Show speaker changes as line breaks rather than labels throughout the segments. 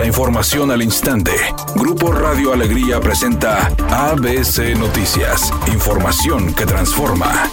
La información al instante. Grupo Radio Alegría presenta ABC Noticias. Información que transforma.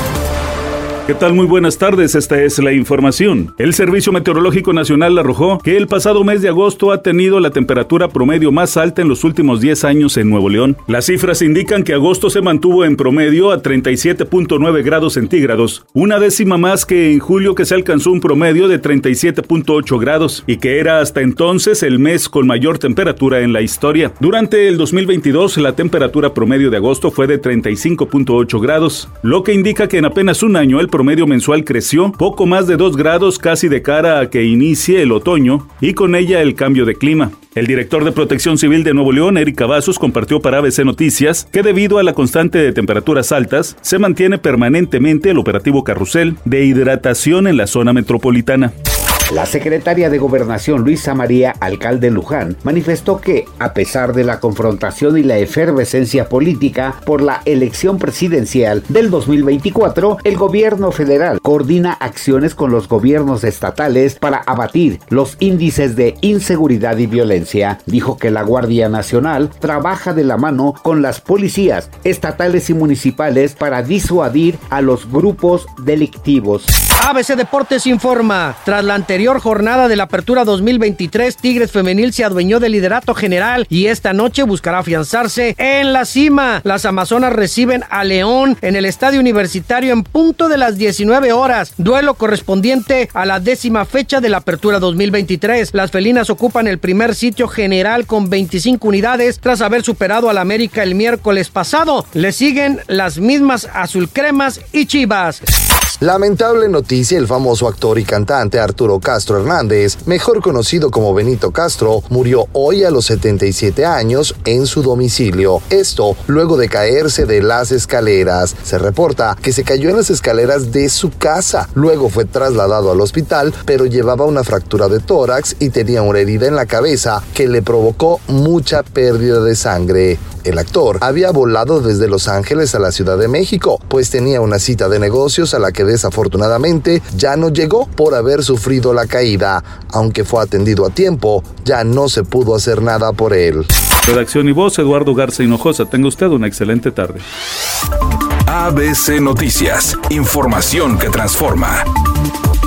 ¿Qué tal? Muy buenas tardes, esta es la información. El Servicio Meteorológico Nacional arrojó que el pasado mes de agosto ha tenido la temperatura promedio más alta en los últimos 10 años en Nuevo León. Las cifras indican que agosto se mantuvo en promedio a 37.9 grados centígrados, una décima más que en julio, que se alcanzó un promedio de 37.8 grados y que era hasta entonces el mes con mayor temperatura en la historia. Durante el 2022, la temperatura promedio de agosto fue de 35.8 grados, lo que indica que en apenas un año el promedio mensual creció poco más de 2 grados, casi de cara a que inicie el otoño y con ella el cambio de clima. El director de Protección Civil de Nuevo León, Eric Cavazos, compartió para ABC Noticias que debido a la constante de temperaturas altas, se mantiene permanentemente el operativo Carrusel de hidratación en la zona metropolitana.
La secretaria de Gobernación, Luisa María Alcalde Luján, manifestó que, a pesar de la confrontación y la efervescencia política por la elección presidencial del 2024, el gobierno federal coordina acciones con los gobiernos estatales para abatir los índices de inseguridad y violencia. Dijo que la Guardia Nacional trabaja de la mano con las policías estatales y municipales para disuadir a los grupos delictivos.
ABC Deportes informa. Tras la anterior jornada de la Apertura 2023, Tigres Femenil se adueñó del liderato general y esta noche buscará afianzarse en la cima. Las Amazonas reciben a León en el Estadio Universitario en punto de las 19 horas. Duelo correspondiente a la 10ª fecha de la Apertura 2023. Las felinas ocupan el primer sitio general con 25 unidades tras haber superado al América el miércoles pasado. Le siguen las mismas azulcremas y Chivas.
Lamentable noticia: el famoso actor y cantante Arturo Castro Hernández, mejor conocido como Benito Castro, murió hoy a los 77 años en su domicilio. Esto luego de caerse de las escaleras. Se reporta que se cayó en las escaleras de su casa. Luego fue trasladado al hospital, pero llevaba una fractura de tórax y tenía una herida en la cabeza que le provocó mucha pérdida de sangre. El actor había volado desde Los Ángeles a la Ciudad de México, pues tenía una cita de negocios a la que desafortunadamente ya no llegó por haber sufrido la caída. Aunque fue atendido a tiempo, ya no se pudo hacer nada por él.
Redacción y voz, Eduardo Garza Hinojosa. Tenga usted una excelente tarde.
ABC Noticias, información que transforma.